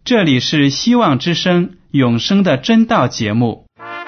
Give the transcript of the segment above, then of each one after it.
这里是希望之声永生的真道节目。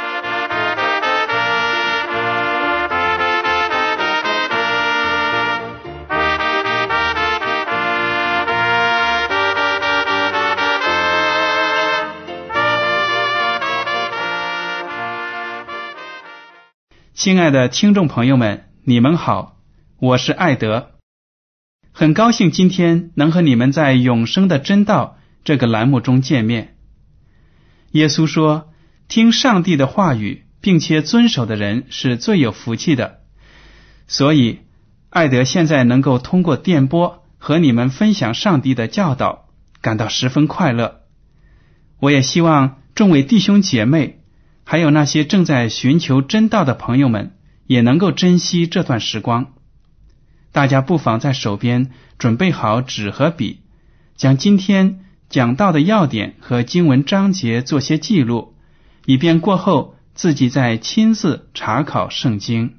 亲爱的听众朋友们，你们好，我是艾德，很高兴今天能和你们在永生的真道这个栏目中见面。耶稣说，听上帝的话语并且遵守的人是最有福气的，所以艾德现在能够通过电波和你们分享上帝的教导，感到十分快乐。我也希望众位弟兄姐妹还有那些正在寻求真道的朋友们也能够珍惜这段时光。大家不妨在手边准备好纸和笔，将今天讲到的要点和经文章节做些记录，以便过后自己再亲自查考圣经。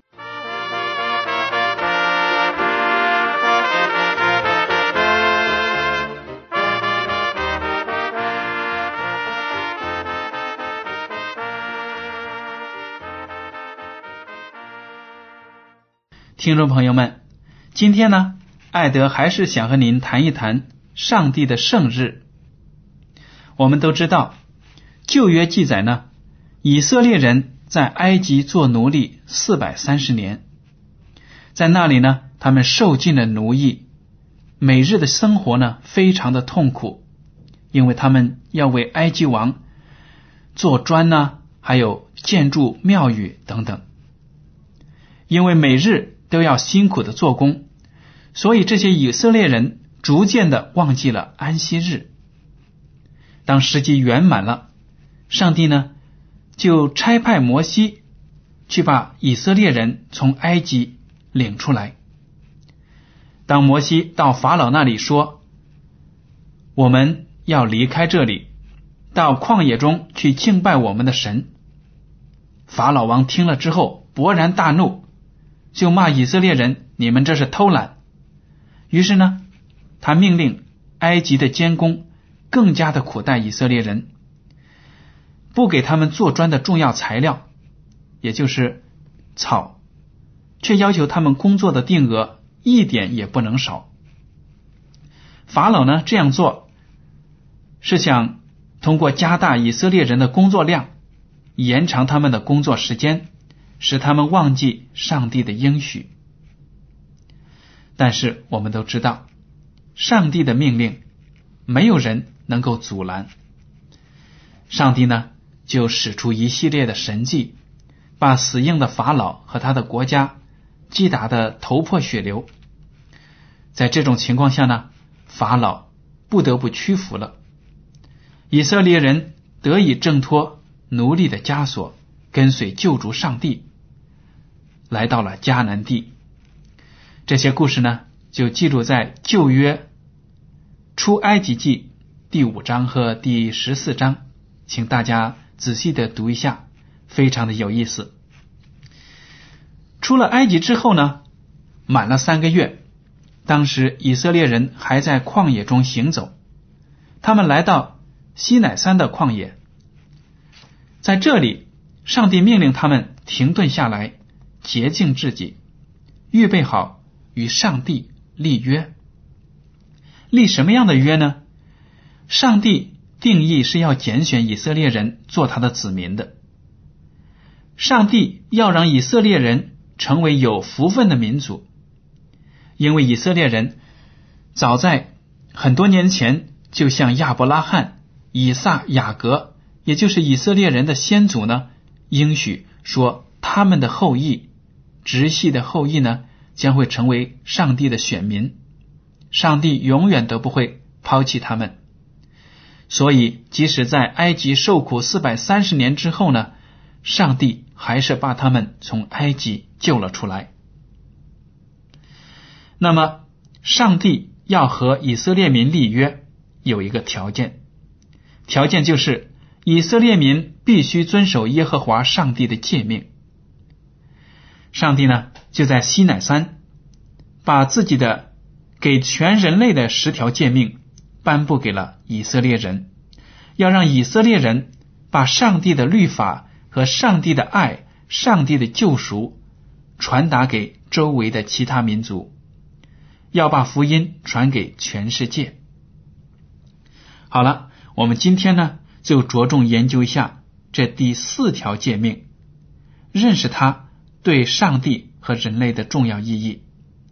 听众朋友们，今天呢，艾德还是想和您谈一谈上帝的圣日。我们都知道，旧约记载呢，以色列人在埃及做奴隶430年，在那里呢，他们受尽了奴役，每日的生活呢非常的痛苦，因为他们要为埃及王做砖呢，还有建筑庙宇等等，因为每日都要辛苦的做工，所以这些以色列人逐渐的忘记了安息日。当时机圆满了，上帝呢就差派摩西去把以色列人从埃及领出来。当摩西到法老那里说，我们要离开这里，到旷野中去敬拜我们的神，法老王听了之后勃然大怒，就骂以色列人，你们这是偷懒。于是呢，他命令埃及的监工更加的苦待以色列人，不给他们做砖的重要材料，也就是草，却要求他们工作的定额一点也不能少。法老呢这样做，是想通过加大以色列人的工作量，延长他们的工作时间，使他们忘记上帝的应许。但是我们都知道，上帝的命令没有人能够阻拦。上帝呢就使出一系列的神迹，把死硬的法老和他的国家击打得头破血流。在这种情况下呢，法老不得不屈服了，以色列人得以挣脱奴隶的枷锁，跟随救主上帝，来到了迦南地。这些故事呢就记录在旧约出埃及记第5章和第14章，请大家仔细的读一下，非常的有意思。出了埃及之后呢，满了3个月，当时以色列人还在旷野中行走，他们来到西乃山的旷野，在这里上帝命令他们停顿下来，洁净自己，预备好与上帝立约。立什么样的约呢？上帝定义是要拣选以色列人做他的子民的。上帝要让以色列人成为有福分的民族，因为以色列人早在很多年前就向亚伯拉罕、以撒、雅各，也就是以色列人的先祖呢，应许说他们的后裔，直系的后裔呢，将会成为上帝的选民，上帝永远都不会抛弃他们。所以即使在埃及受苦430年之后呢，上帝还是把他们从埃及救了出来。那么上帝要和以色列民立约，有一个条件，条件就是以色列民必须遵守耶和华上帝的诫命。上帝呢就在西乃山把自己的给全人类的10条诫命颁布给了以色列人， 要让以色列人把上帝的律法和上帝的爱、上帝的救赎传达给周围的其他民族，要把福音传给全世界。好了，我们今天呢就着重研究一下这第4条诫命，认识它对上帝和人类的重要意义。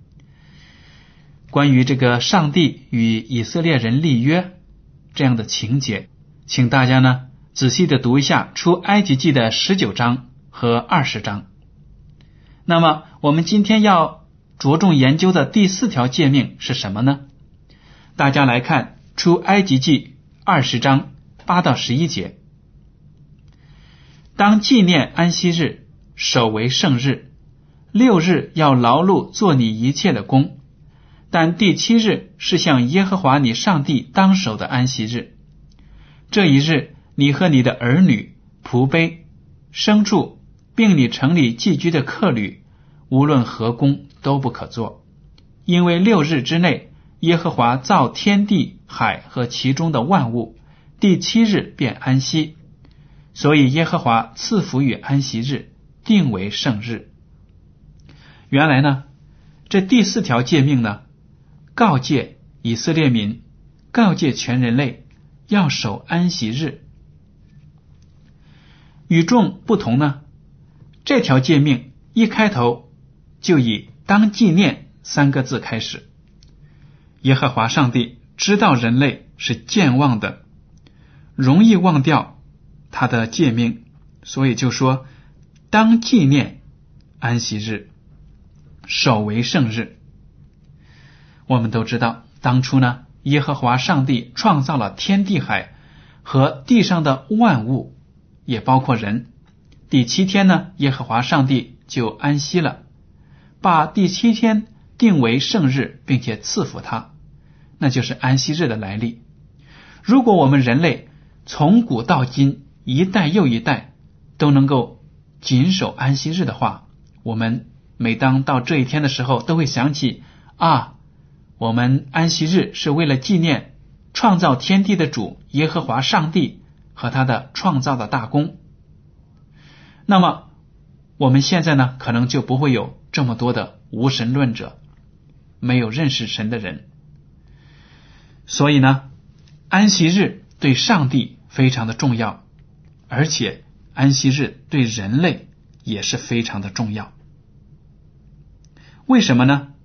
关于这个上帝与以色列人立约这样的情节，请大家呢仔细的读一下出埃及记的19章和20章。那么我们今天要着重研究的第4条诫命是什么呢？大家来看出埃及记20章8到11节。当纪念安息日，守为圣日，6日要劳碌做你一切的工，但第7日是向耶和华你上帝当守的安息日。这一日，你和你的儿女、仆婢、牲畜，并你城里寄居的客旅，无论何工都不可做，因为6日之内，耶和华造天地海和其中的万物，第7日便安息，所以耶和华赐福于安息日，定为圣日。原来呢，这第4条诫命呢，告诫以色列民，告诫全人类要守安息日。与众不同呢，这条诫命一开头就以当纪念3个字开始。耶和华上帝知道人类是健忘的，容易忘掉他的诫命，所以就说当纪念安息日，守为圣日。我们都知道，当初呢，耶和华上帝创造了天地海和地上的万物，也包括人。第7天呢，耶和华上帝就安息了，把第7天定为圣日，并且赐福他，那就是安息日的来历。如果我们人类从古到今一代又一代都能够谨守安息日的话，我们每当到这一天的时候都会想起我们安息日是为了纪念创造天地的主耶和华上帝和他的创造的大功。那么我们现在呢，可能就不会有这么多的无神论者，没有认识神的人。所以呢，安息日对上帝非常的重要，而且安息日对人类也是非常的重要。为什么呢？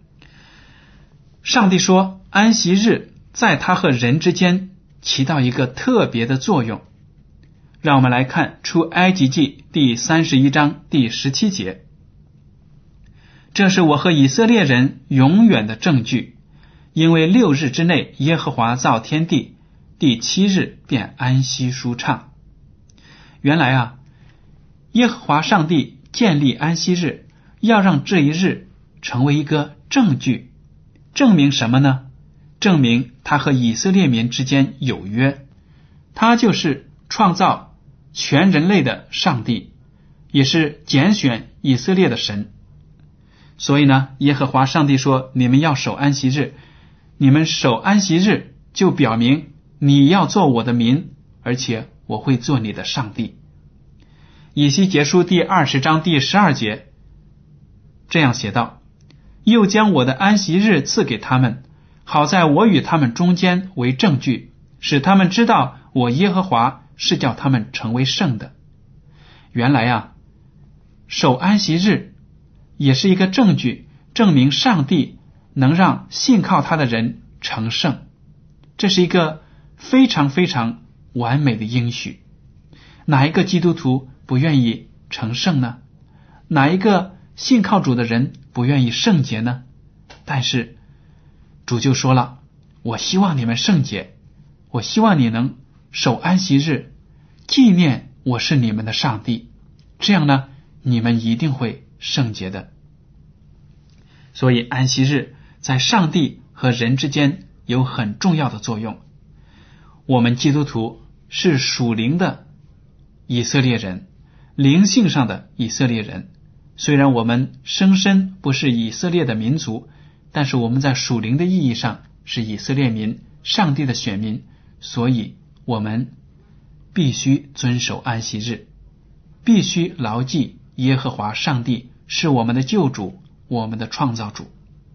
上帝说安息日在他和人之间起到一个特别的作用。让我们来看出埃及记第31章第17节。这是我和以色列人永远的证据，因为6日之内耶和华造天地，第7日便安息舒畅。原来耶和华上帝建立安息日，要让这一日成为一个证据。证明什么呢？证明他和以色列民之间有约，他就是创造全人类的上帝，也是拣选以色列的神。所以呢，耶和华上帝说，你们要守安息日，你们守安息日就表明你要做我的民，而且我会做你的上帝。以西结书第20章第12节这样写道，又将我的安息日赐给他们，好在我与他们中间为证据，使他们知道我耶和华是叫他们成为圣的。原来守安息日也是一个证据，证明上帝能让信靠他的人成圣。这是一个非常非常完美的应许。哪一个基督徒不愿意成圣呢？哪一个信靠主的人不愿意圣洁呢？但是主就说了，我希望你们圣洁，我希望你能守安息日，纪念我是你们的上帝，这样呢，你们一定会圣洁的。所以安息日在上帝和人之间有很重要的作用。我们基督徒是属灵的以色列人，灵性上的以色列人。虽然我们生身不是以色列的民族，但是我们在属灵的意义上是以色列民，上帝的选民，所以我们必须遵守安息日，必须牢记耶和华上帝是我们的救主，我们的创造主。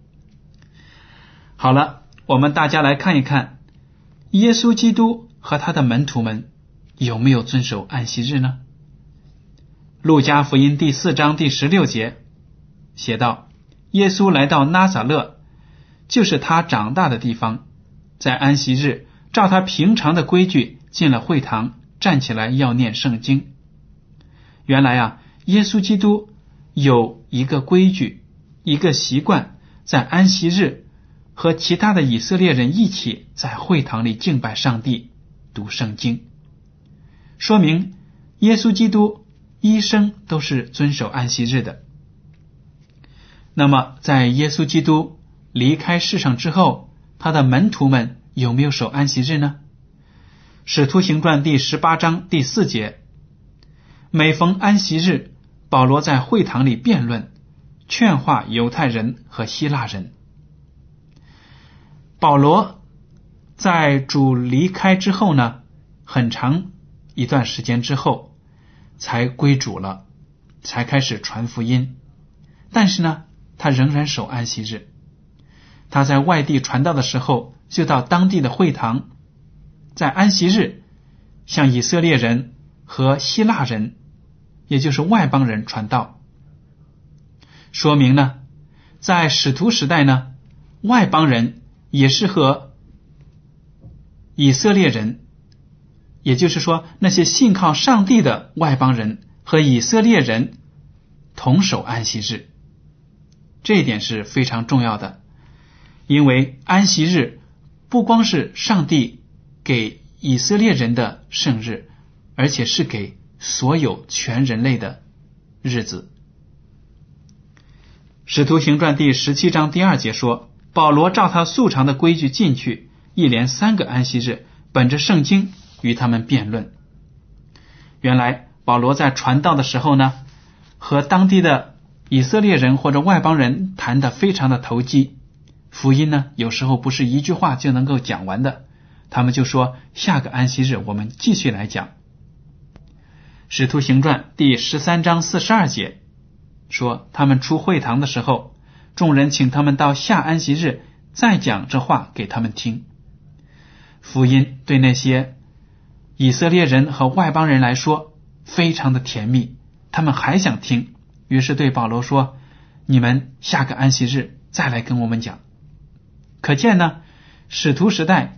好了，我们大家来看一看耶稣基督和他的门徒们有没有遵守安息日呢？路加福音第4章第16节写道，耶稣来到拿撒勒，就是他长大的地方，在安息日照他平常的规矩进了会堂，站起来要念圣经。原来耶稣基督有一个规矩，一个习惯，在安息日和其他的以色列人一起在会堂里敬拜上帝，读圣经，说明耶稣基督一生都是遵守安息日的。那么在耶稣基督离开世上之后，他的门徒们有没有守安息日呢？使徒行传第18章第4节，每逢安息日，保罗在会堂里辩论，劝化犹太人和希腊人。保罗在主离开之后呢，很长一段时间之后才归主了，才开始传福音。但是呢，他仍然守安息日。他在外地传道的时候，就到当地的会堂，在安息日向以色列人和希腊人，也就是外邦人传道。说明呢，在使徒时代呢，外邦人也是和以色列人，也就是说那些信靠上帝的外邦人和以色列人同守安息日。这一点是非常重要的，因为安息日不光是上帝给以色列人的圣日，而且是给所有全人类的日子。使徒行传第17章第2节说，保罗照他素常的规矩进去，一连3个安息日，本着圣经与他们辩论。原来保罗在传道的时候呢，和当地的以色列人或者外邦人谈得非常的投机，福音呢有时候不是一句话就能够讲完的，他们就说下个安息日我们继续来讲。使徒行传第13章42节说，他们出会堂的时候，众人请他们到下安息日再讲这话给他们听。福音对那些以色列人和外邦人来说非常的甜蜜，他们还想听，于是对保罗说，你们下个安息日再来跟我们讲。可见呢，使徒时代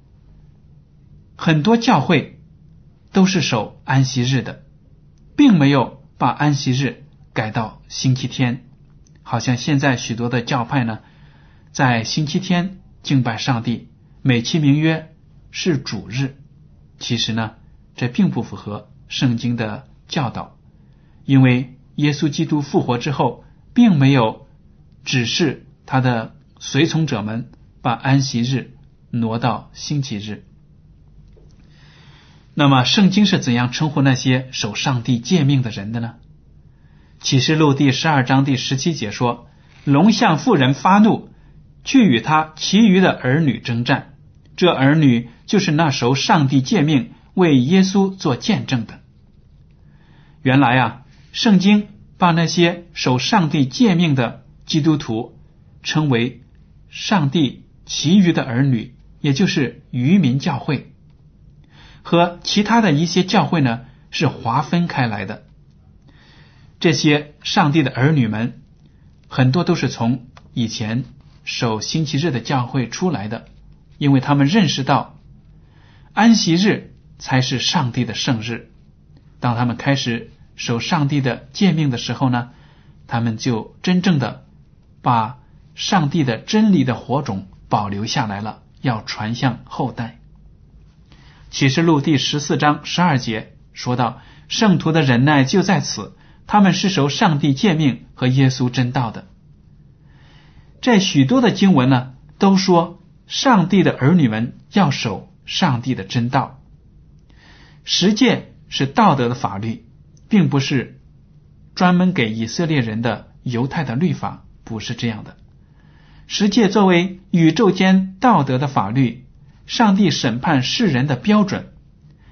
很多教会都是守安息日的，并没有把安息日改到星期天，好像现在许多的教派呢，在星期天敬拜上帝，美其名曰是主日。其实呢，这并不符合圣经的教导，因为耶稣基督复活之后，并没有指示他的随从者们把安息日挪到星期日。那么圣经是怎样称呼那些守上帝诫命的人的呢？启示录第12章第17节说，龙向妇人发怒，去与他其余的儿女征战，这儿女就是那守上帝诫命为耶稣做见证的。原来圣经把那些守上帝诫命的基督徒称为上帝其余的儿女，也就是渔民教会，和其他的一些教会呢是划分开来的。这些上帝的儿女们很多都是从以前守星期日的教会出来的，因为他们认识到安息日才是上帝的圣日。当他们开始守上帝的诫命的时候呢，他们就真正的把上帝的真理的火种保留下来了，要传向后代。启示录第14章12节说到，圣徒的忍耐就在此，他们是守上帝诫命和耶稣真道的。这许多的经文呢，都说上帝的儿女们要守上帝的真道。十诫是道德的法律，并不是专门给以色列人的犹太的律法，不是这样的。十诫作为宇宙间道德的法律，上帝审判世人的标准，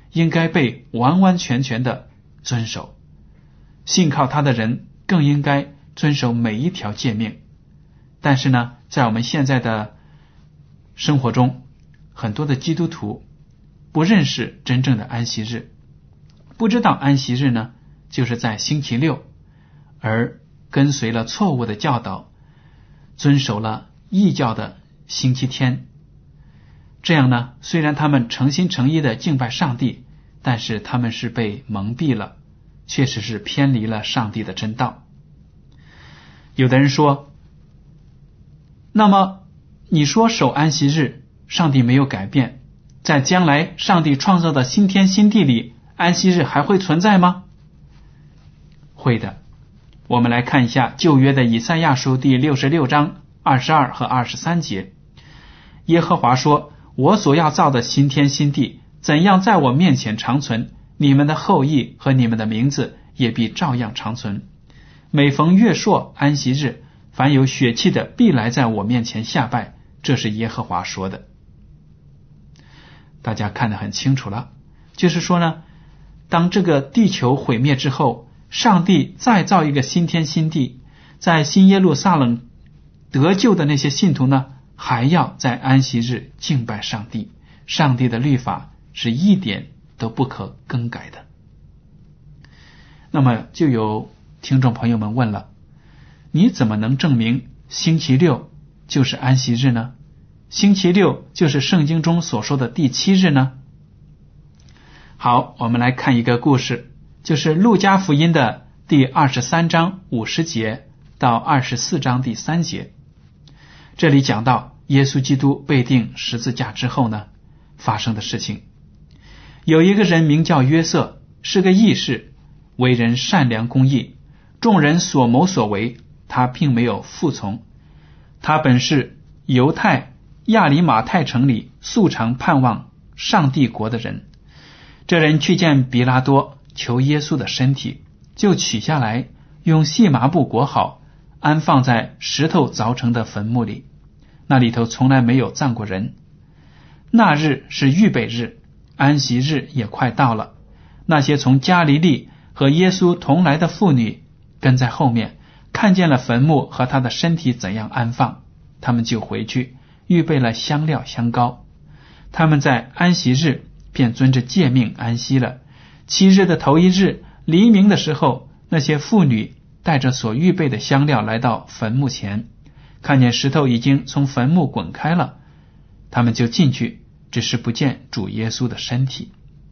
应该被完完全全的遵守，信靠他的人更应该遵守每一条诫命。但是呢，在我们现在的生活中，很多的基督徒不认识真正的安息日，不知道安息日呢就是在星期六，而跟随了错误的教导，遵守了异教的星期天。这样呢，虽然他们诚心诚意的敬拜上帝，但是他们是被蒙蔽了，确实是偏离了上帝的真道。有的人说，那么你说守安息日，上帝没有改变，在将来上帝创造的新天新地里，安息日还会存在吗？会的。我们来看一下旧约的以赛亚书第66章22和23节。耶和华说，我所要造的新天新地，怎样在我面前长存，你们的后裔和你们的名字也必照样长存。每逢月朔安息日，凡有血气的必来在我面前下拜，这是耶和华说的。大家看得很清楚了，就是说呢，当这个地球毁灭之后，上帝再造一个新天新地，在新耶路撒冷得救的那些信徒呢，还要在安息日敬拜上帝。上帝的律法是一点都不可更改的。那么就有听众朋友们问了，你怎么能证明星期六就是安息日呢？星期六就是圣经中所说的第7日呢？好，我们来看一个故事，就是路加福音的第23章50节到24章第3节。这里讲到耶稣基督被钉十字架之后呢，发生的事情。有一个人名叫约瑟，是个义士，为人善良公义，众人所谋所为，他并没有服从。他本是犹太亚里马太城里素常盼望上帝国的人。这人去见比拉多，求耶稣的身体，就取下来，用细麻布裹好，安放在石头凿成的坟墓里，那里头从来没有葬过人。那日是预备日，安息日也快到了。那些从加利利和耶稣同来的妇女跟在后面，看见了坟墓和他的身体怎样安放，他们就回去预备了香料香膏。他们在安息日便遵着诫命安息了。7日的头一日黎明的时候，那些妇女带着所预备的香料来到坟墓前，看见石头已经从坟墓滚开了，他们就进去，只是不见主耶稣的身体。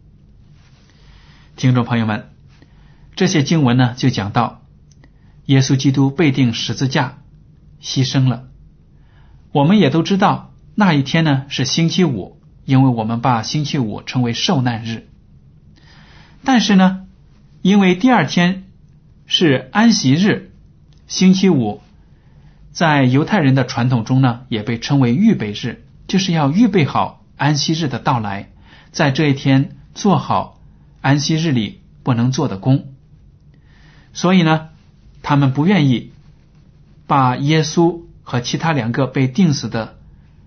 听众朋友们，这些经文呢，就讲到耶稣基督被钉十字架牺牲了。我们也都知道那一天呢是星期五，因为我们把星期五称为受难日。但是呢，因为第二天是安息日，星期五在犹太人的传统中呢，也被称为预备日，就是要预备好安息日的到来，在这一天做好安息日里不能做的工。所以呢，他们不愿意把耶稣和其他2个被钉死的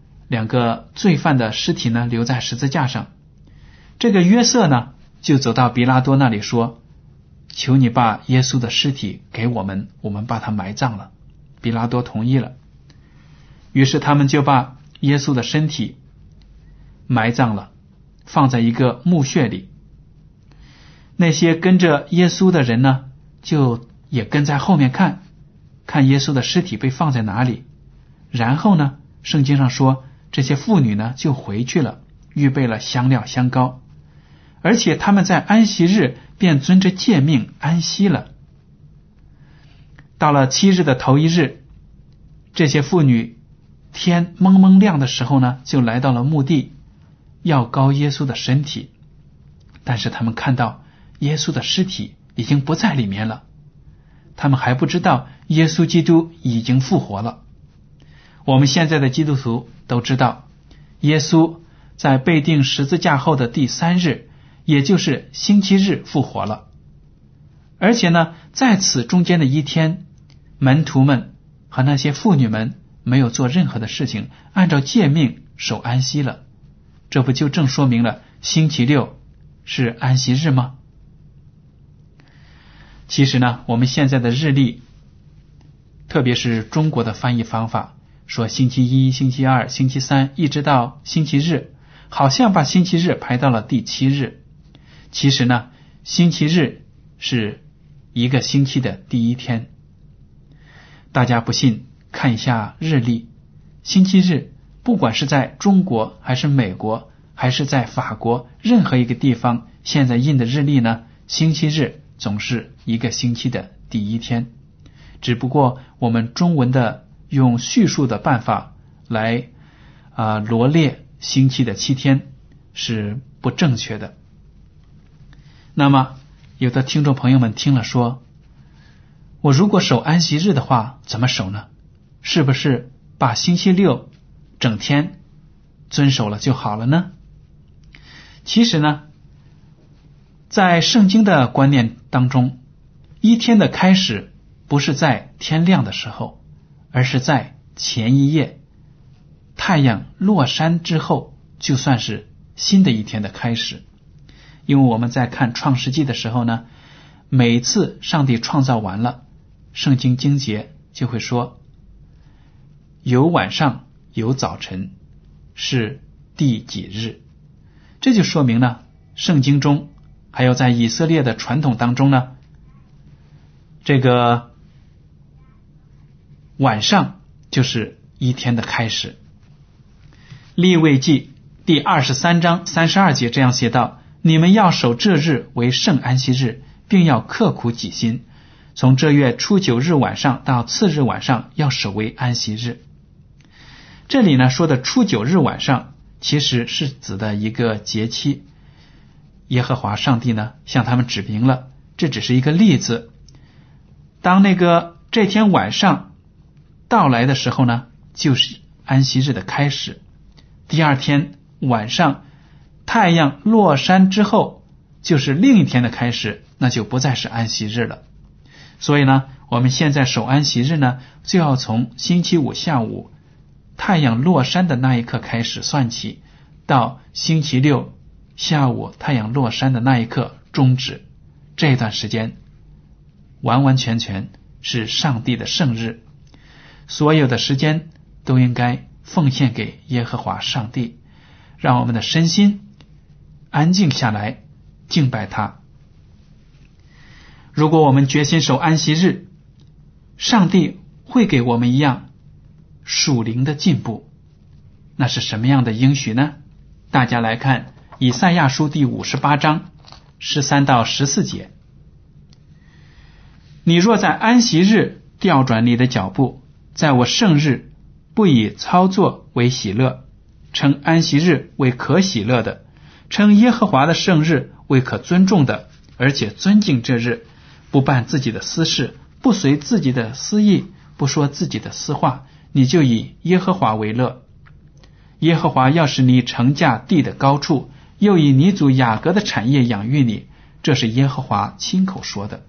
2个罪犯的尸体呢留在十字架上。这个约瑟呢就走到比拉多那里说，求你把耶稣的尸体给我们，我们把他埋葬了。比拉多同意了，于是他们就把耶稣的身体埋葬了，放在一个墓穴里。那些跟着耶稣的人呢，就也跟在后面看耶稣的尸体被放在哪里。然后呢，圣经上说这些妇女呢就回去了，预备了香料香膏，而且他们在安息日便遵着诫命安息了。到了7日的头一日，这些妇女天蒙蒙亮的时候呢，就来到了墓地，要膏耶稣的身体。但是他们看到耶稣的尸体已经不在里面了，他们还不知道耶稣基督已经复活了。我们现在的基督徒都知道，耶稣在被钉十字架后的第3日，也就是星期日复活了。而且呢，在此中间的一天，门徒们和那些妇女们没有做任何的事情，按照诫命守安息了。这不就正说明了星期六是安息日吗？其实呢，我们现在的日历，特别是中国的翻译方法，说星期一、星期二、星期三一直到星期日，好像把星期日排到了第7日。其实呢，星期日是一个星期的第1天。大家不信，看一下日历，星期日不管是在中国还是美国还是在法国任何一个地方，现在印的日历呢，星期日总是一个星期的第1天。只不过我们中文的用叙述的办法来罗列星期的7天是不正确的。那么有的听众朋友们听了说，我如果守安息日的话，怎么守呢？是不是把星期六整天遵守了就好了呢？其实呢，在圣经的观念当中，一天的开始不是在天亮的时候，而是在前一夜太阳落山之后，就算是新的一天的开始。因为我们在看创世纪的时候呢，每一次上帝创造完了，圣经经节就会说有晚上有早晨，是第几日。这就说明呢，圣经中还有在以色列的传统当中呢，这个晚上就是一天的开始。利未记第23章32节这样写道，你们要守这日为圣安息日，并要刻苦己心，从这月初9日晚上到次日晚上要守为安息日。这里呢说的初9日晚上，其实是指的一个节期。耶和华上帝呢向他们指明了，这只是一个例子。当这天晚上到来的时候呢，就是安息日的开始。第2天晚上太阳落山之后，就是另一天的开始，那就不再是安息日了。所以呢，我们现在守安息日呢，就要从星期五下午太阳落山的那一刻开始算起，到星期六下午太阳落山的那一刻终止。这段时间完完全全是上帝的圣日，所有的时间都应该奉献给耶和华上帝，让我们的身心安静下来敬拜他。如果我们决心守安息日，上帝会给我们一样属灵的进步。那是什么样的应许呢？大家来看以赛亚书第58章13到14节。你若在安息日调转你的脚步，在我圣日不以操作为喜乐，称安息日为可喜乐的，称耶和华的圣日为可尊重的，而且尊敬这日，不办自己的私事，不随自己的私意，不说自己的私话，你就以耶和华为乐。耶和华要使你乘驾地的高处，又以你祖雅各的产业养育你，这是耶和华亲口说的。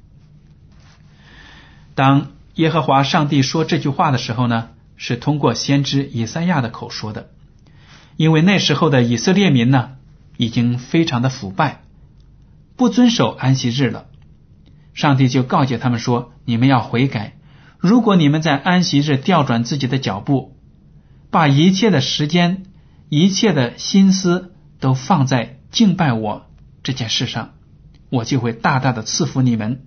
当耶和华上帝说这句话的时候呢，是通过先知以赛亚的口说的。因为那时候的以色列民呢，已经非常的腐败，不遵守安息日了。上帝就告诫他们说，你们要悔改，如果你们在安息日调转自己的脚步，把一切的时间一切的心思都放在敬拜我这件事上，我就会大大的赐福你们。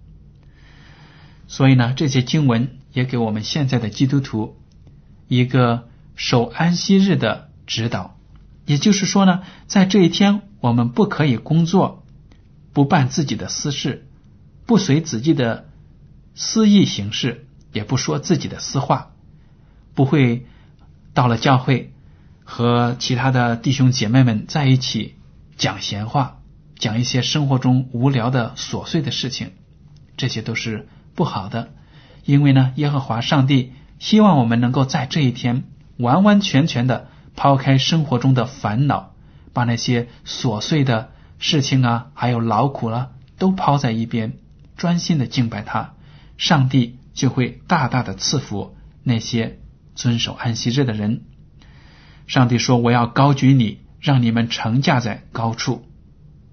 所以呢，这些经文也给我们现在的基督徒一个守安息日的指导。也就是说呢，在这一天我们不可以工作，不办自己的私事，不随自己的私意行事，也不说自己的私话，不会到了教会和其他的弟兄姐妹们在一起讲闲话，讲一些生活中无聊的琐碎的事情，这些都是不好的。因为呢，耶和华上帝希望我们能够在这一天完完全全的抛开生活中的烦恼，把那些琐碎的事情啊，还有劳苦都抛在一边，专心的敬拜他，上帝就会大大的赐福那些遵守安息日的人。上帝说，我要高举你，让你们乘驾在高处。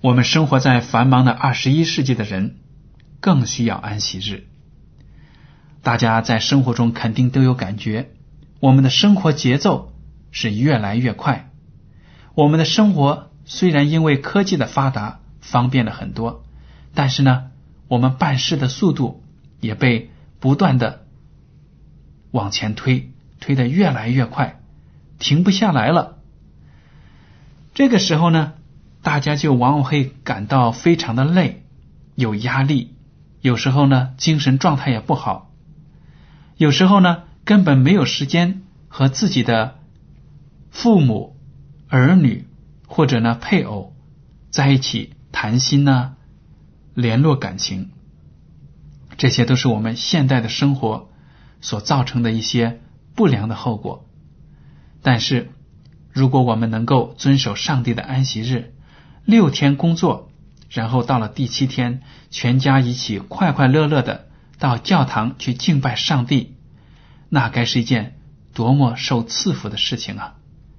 我们生活在繁忙的21世纪的人更需要安息日。大家在生活中肯定都有感觉，我们的生活节奏是越来越快。我们的生活虽然因为科技的发达方便了很多，但是呢，我们办事的速度也被不断的往前推得越来越快，停不下来了。这个时候呢，大家就往往会感到非常的累，有压力，有时候呢精神状态也不好，有时候呢根本没有时间和自己的父母、儿女或者呢配偶在一起谈心呢，联络感情。这些都是我们现代的生活所造成的一些不良的后果。但是如果我们能够遵守上帝的安息日，6天工作，然后到了第7天全家一起快快乐乐的到教堂去敬拜上帝，那该是一件多么受赐福的事情啊！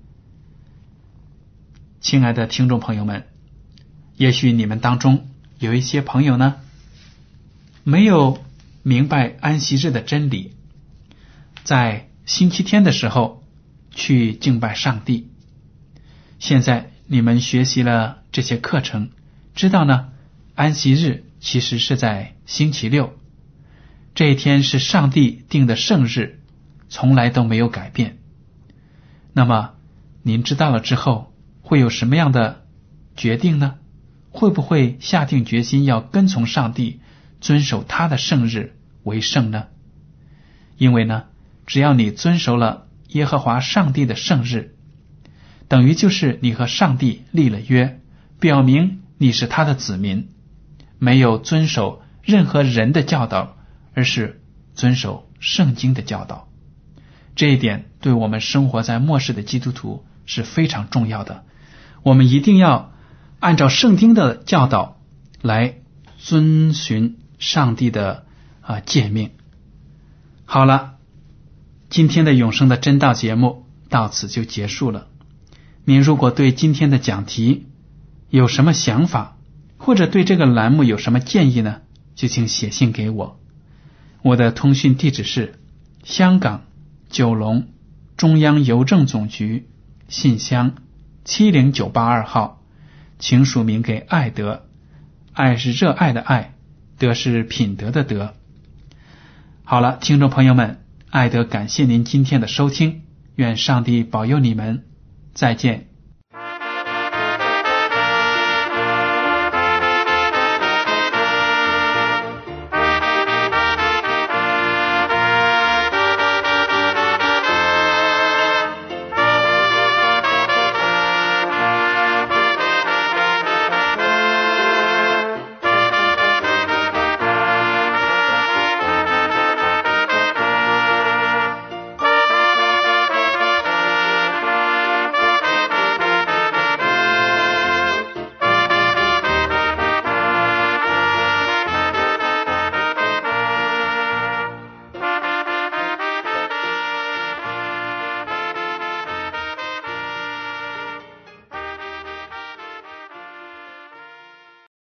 亲爱的听众朋友们，也许你们当中有一些朋友呢，没有明白安息日的真理，在星期天的时候去敬拜上帝。现在你们学习了这些课程，知道呢，安息日其实是在星期六，这一天是上帝定的圣日，从来都没有改变。那么您知道了之后会有什么样的决定呢？会不会下定决心要跟从上帝，遵守他的圣日为圣呢？因为呢，只要你遵守了耶和华上帝的圣日，等于就是你和上帝立了约，表明你是他的子民，没有遵守任何人的教导，而是遵守圣经的教导。这一点对我们生活在末世的基督徒是非常重要的。我们一定要按照圣经的教导来遵循上帝的诫命。好了，今天的永生的真道节目到此就结束了。您如果对今天的讲题有什么想法，或者对这个栏目有什么建议呢，就请写信给我。我的通讯地址是香港九龙中央邮政总局信箱70982号，请署名给爱德。爱是热爱的爱，德是品德的德。好了，听众朋友们，爱德感谢您今天的收听，愿上帝保佑你们，再见。